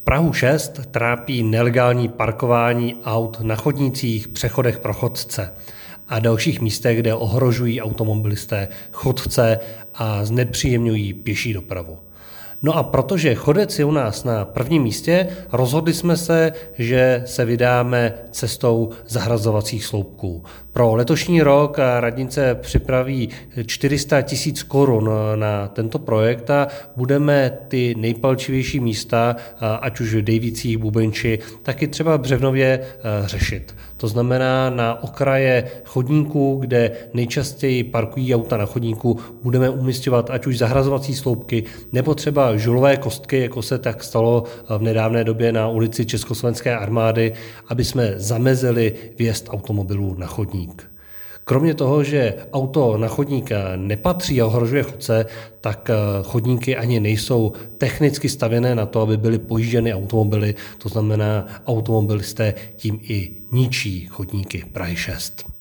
Prahu 6 trápí nelegální parkování aut na chodnících, přechodech pro chodce a dalších místech, kde ohrožují automobilisté chodce a znepříjemňují pěší dopravu. No a protože chodec je u nás na prvním místě, rozhodli jsme se, že se vydáme cestou zahrazovacích sloupků. Pro letošní rok radnice připraví 400 000 korun na tento projekt a budeme ty nejpalčivější místa, ať už v Dejvicích, Bubenči, tak i třeba v Břevnově řešit. To znamená na okraje chodníků, kde nejčastěji parkují auta na chodníku, budeme umisťovat ať už zahrazovací sloupky nebo třeba žulové kostky, jako se tak stalo v nedávné době na ulici Československé armády, aby jsme zamezili vjezd automobilů na chodník. Kromě toho, že auto na chodník nepatří a ohrožuje chodce, tak chodníky ani nejsou technicky stavěné na to, aby byly pojížděny automobily, to znamená automobilisté tím i ničí chodníky Prahy 6.